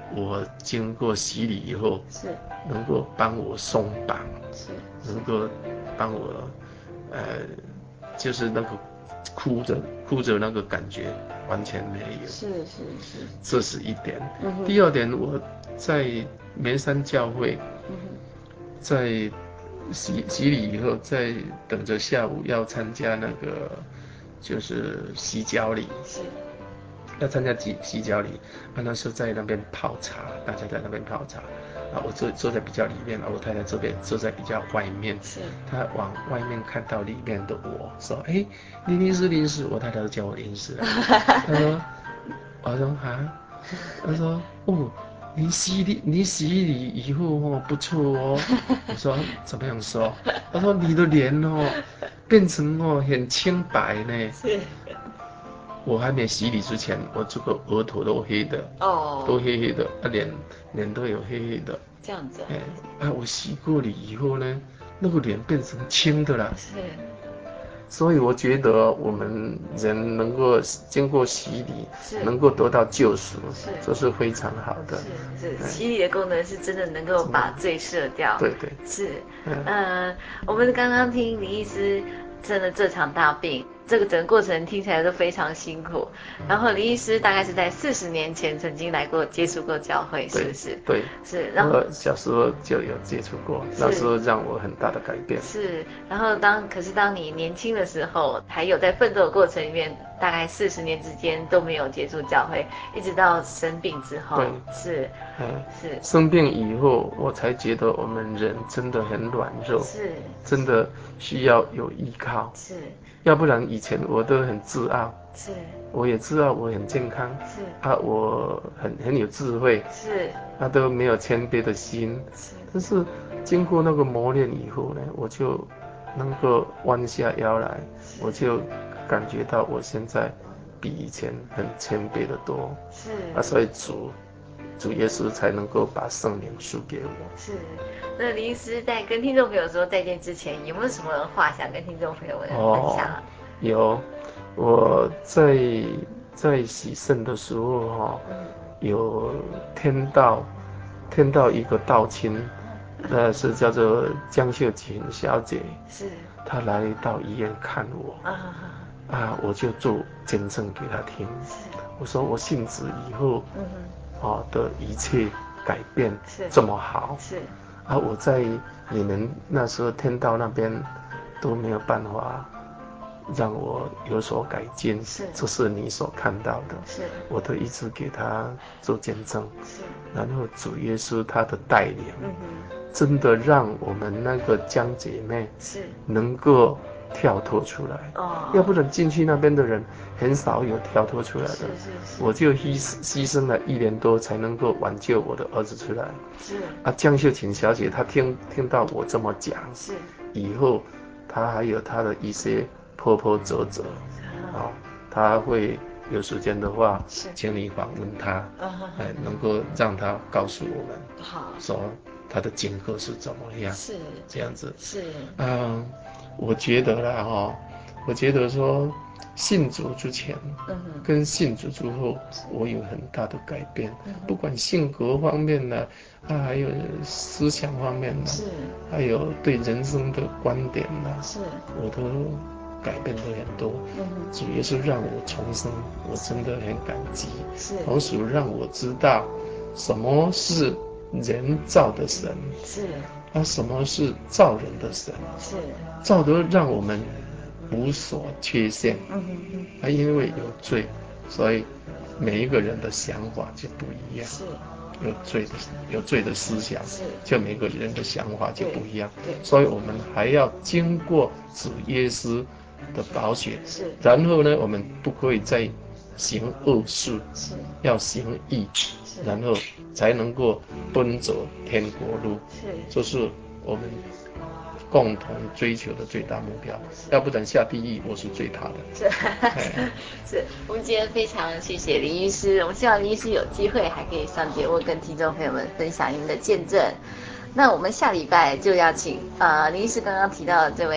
我经过洗礼以后，是能够帮我松绑，是能够帮我，呃，就是那个哭着哭着那个感觉完全没有，是是是，这是一点。嗯、第二点，我在梅山教会，嗯、在洗洗礼以后，在等着下午要参加那个就是洗脚礼。是。要参加洗洗脚礼，啊，那时候在那边泡茶，大家在那边泡茶，啊，我坐坐在比较里面，啊，我太太这边坐在比较外面，是，她往外面看到里面的我，说，哎，林医师，林医师，我太太都叫我林医师了，她说，我说啊，她说，哦，你洗礼，你洗礼以后哦不错哦，我说怎么样说？她说你的脸哦变成哦很清白呢。是。我还没洗礼之前，我这个额头都黑的，哦，都黑黑的，啊脸脸都有黑黑的，这样子，哎，啊我洗过礼以后呢，那个脸变成青的了，是，所以我觉得我们人能够经过洗礼，是能够得到救赎，是，这是非常好的，是是，洗礼的功能是真的能够把罪赦掉，对对，是，嗯、呃，我们刚刚听李医师生了这场大病。这个整个过程听起来都非常辛苦，然后林医师大概是在四十年前曾经来过接触过教会，是不是？对，是。然后小时候就有接触过，那时候让我很大的改变。是，然后当可是当你年轻的时候，还有在奋斗的过程里面，大概四十年之间都没有接触教会，一直到生病之后，对，是，嗯，是。生病以后，我才觉得我们人真的很软弱，是，真的需要有依靠，是。要不然以前我都很自傲，是，我也知道我很健康，是，啊，我很很有智慧，是，啊都没有谦卑的心，是，但是经过那个磨练以后呢，我就能够弯下腰来，我就感觉到我现在比以前很谦卑的多，是，啊，所以主主耶稣才能够把圣灵赐给我，是。那林医师在跟听众朋友说再见之前，有没有什么话想跟听众朋友们分享？哦，有，我在在洗肾的时候哈、哦，有听到听到一个道亲，那是叫做江秀琴小姐，是，她来到医院看我，啊，啊我就做见证给她听，我说我信主以后，嗯哼，啊的一切改变这么好，是。啊，我在你们那时候听到那边都没有办法让我有所改进，是，这是你所看到的，是，我都一直给他做见证，是，然后主耶稣他的带领，嗯哼，真的让我们那个江姐妹是能够跳脱出来，哦，要不然进去那边的人很少有跳脱出来的，是是是，我就牺牺牲了一年多才能够挽救我的儿子出来，是，啊，江秀琴小姐她听听到我这么讲，是，以后她还有她的一些波波折折，啊，她会有时间的话，请你访问她，哎，能够让她告诉我们，好，说她的经过是怎么样，是这样子，是，嗯，我觉得啦哈，我觉得说信主之前，嗯，跟信主之后，我有很大的改变，嗯，不管性格方面呢，啊，还有思想方面呢，是，还有对人生的观点呢，是，我都改变了很多，嗯，主要是让我重生，我真的很感激，是，同时让我知道什么是人造的神，是，啊，什么是造人的神，是，造得让我们无所缺陷，嗯嗯，啊，因为有罪，所以每一个人的想法就不一样，是，有罪的有罪的思想，是，就每个人的想法就不一样，对，所以我们还要经过主耶稣的宝血，是，然后呢，我们不可以再行恶事，是，要行义，然后才能够奔走天国路，是，这是我们共同追求的最大目标，要不然下地狱我是最怕的。是，是，我们今天非常谢谢林医师，我们希望林医师有机会还可以上节目跟听众朋友们分享您的见证。那我们下礼拜就要请呃林医师刚刚提到的这位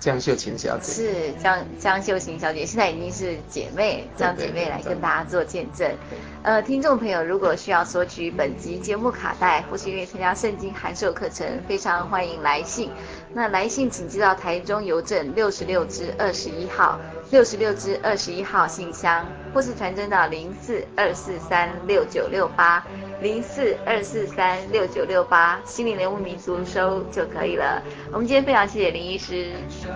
江秀琴小姐。 是江江秀琴小姐，现在已经是姐妹，江姐妹来跟大家做见证。呃，听众朋友如果需要索取本集节目卡带，或是愿意参加圣经函授课程，非常欢迎来信。那来信请寄到台中邮政六十六支二十一号，六十六支二十一号信箱，或是传真到零四二四三六九六八，零四二四三六九六八，心灵人物民族收就可以了。我们今天非常谢谢林医师。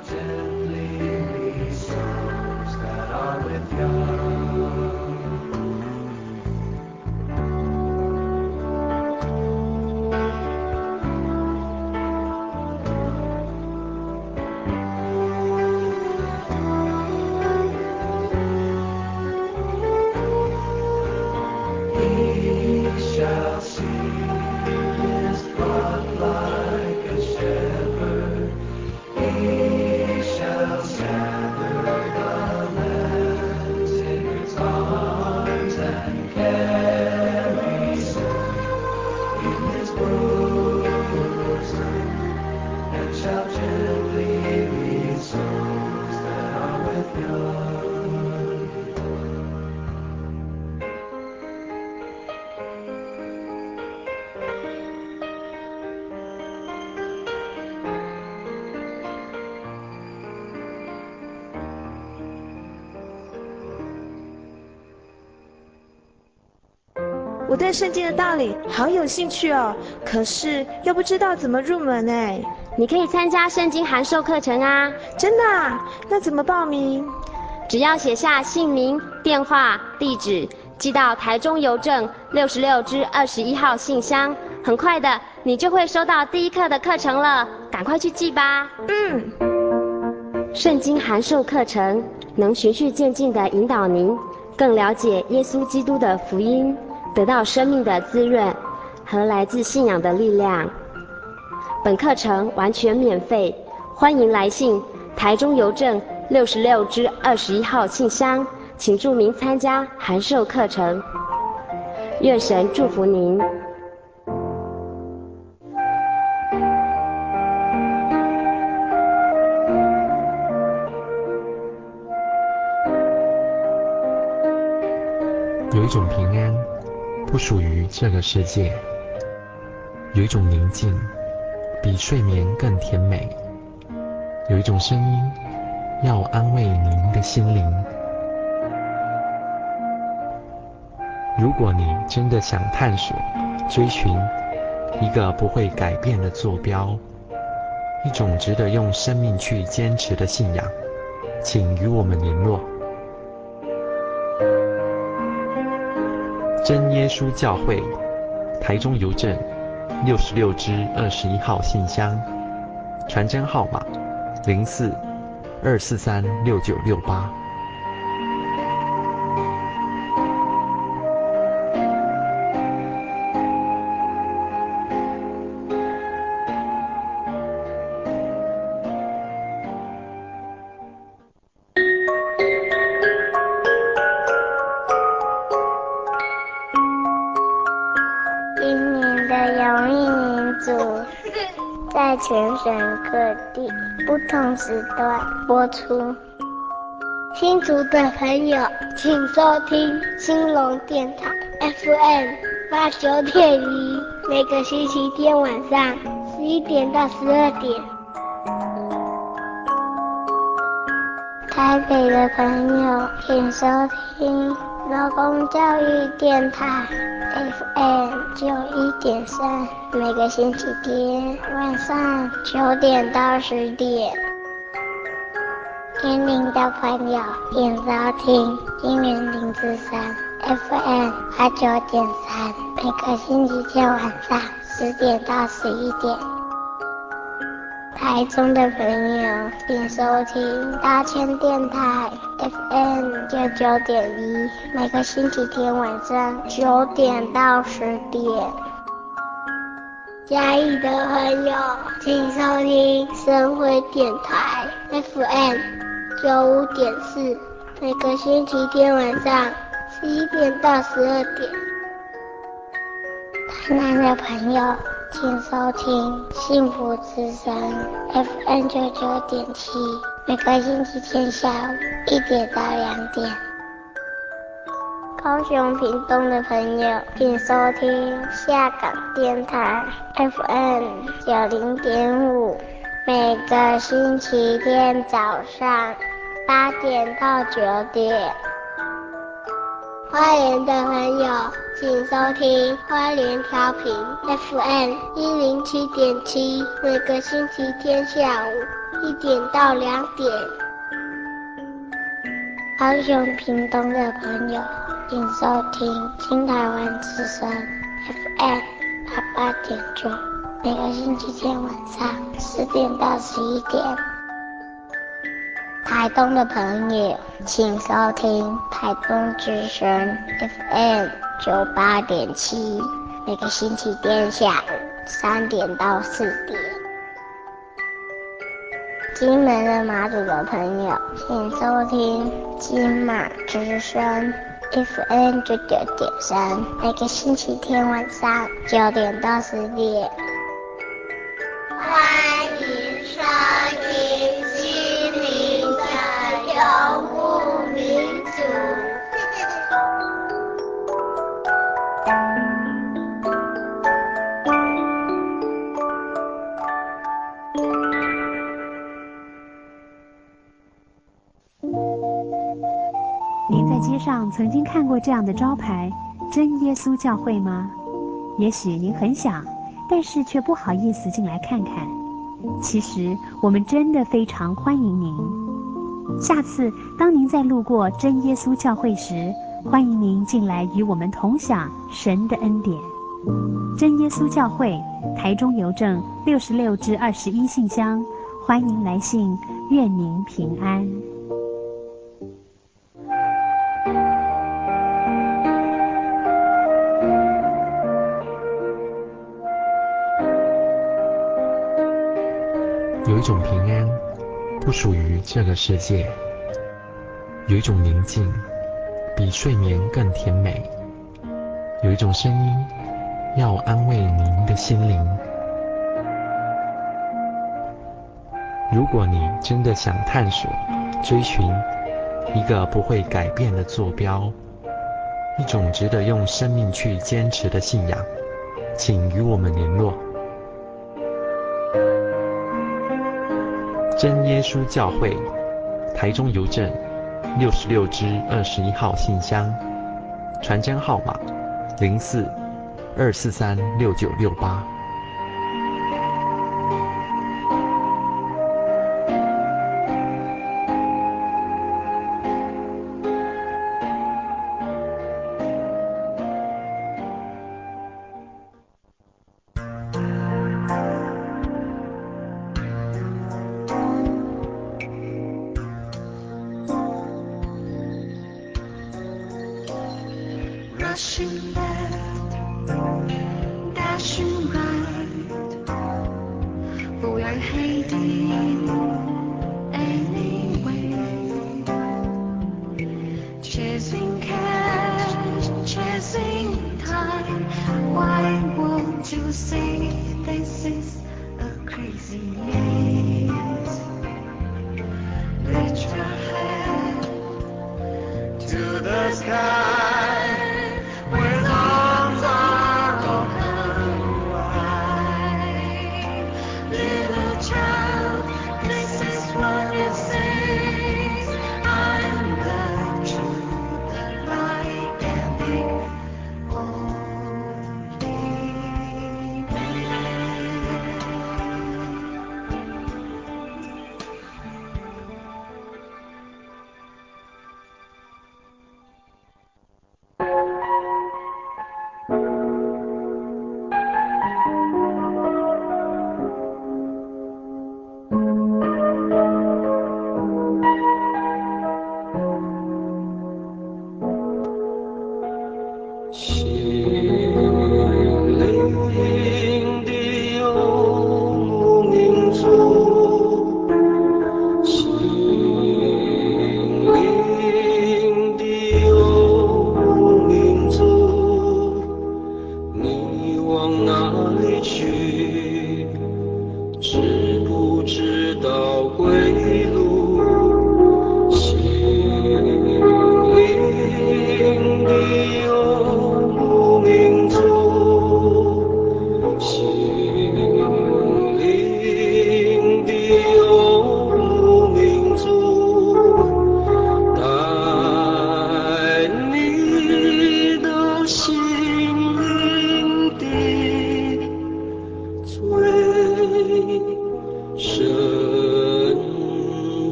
我对圣经的道理好有兴趣哦，可是又不知道怎么入门哎。 你可以参加圣经函授课程啊。 真的啊？那怎么报名？ 只要写下姓名、电话、地址，寄到台中邮政六十六支二十一号信箱，很快的你就会收到第一课的课程了，赶快去寄吧。 嗯。 圣经函授课程能循序渐进地引导您更了解耶稣基督的福音，得到生命的滋润和来自信仰的力量。本课程完全免费，欢迎来信台中邮政六十六支二十一号信箱，请注明参加函授课程。愿神祝福您。 有一种平安不属于这个世界，有一种宁静比睡眠更甜美，有一种声音要安慰您的心灵。如果你真的想探索追寻一个不会改变的坐标，一种值得用生命去坚持的信仰，请与我们联络。真耶稣教会台中邮政六十六支二十一号信箱，传真号码零四二四三六九六八。 全省各地不同时段播出。新竹的朋友请收听兴隆电台 F M 八九点一，每个星期天晚上十一点到十二点。台北的朋友请收听劳工教育电台F M 九一点三，每个星期天晚上九点到十点。天灵的朋友请收听金源零之三 F M 八九点三，每个星期天晚上十点到十一点。台中的朋友请收听大千电台 F M 九九点一，每个星期天晚上九点到十点。嘉义的朋友请收听深辉电台 F M 九五点四，每个星期天晚上十一点到十二点。台南的朋友请收听幸福之声 F M 九九点七，每个星期天下午一点到两点。高雄屏东的朋友，请收听下港电台 F M 九零点五，每个星期天早上八点到九点。花莲的朋友，请收听花莲调频 F M 一零七点七，每个星期天下午一点到两点。高雄屏东的朋友，请收听新台湾之声 F M 八八点九，每个星期天晚上十点到十一点。台东的朋友，请收听台东之声 F M 九八点七，每个星期天下午三点到四点。金门的马祖的朋友，请收听金马之声 F M 九九点三，每个星期天晚上九点到十点。欢迎收听心灵的游牧民族。 您在街上曾经看过这样的招牌“真耶稣教会”吗？也许您很想，但是却不好意思进来看看。其实我们真的非常欢迎您。下次当您在路过真耶稣教会时，欢迎您进来与我们同享神的恩典。真耶稣教会，台中邮政六十六至二十一信箱，欢迎来信，愿您平安。 有一种平安不属于这个世界，有一种宁静比睡眠更甜美，有一种声音要安慰您的心灵。如果你真的想探索追寻一个不会改变的坐标，一种值得用生命去坚持的信仰，请与我们联络。真耶稣教会，台中邮政六十六支二十一号信箱，传真号码零四二四三六九六八。 Rushing back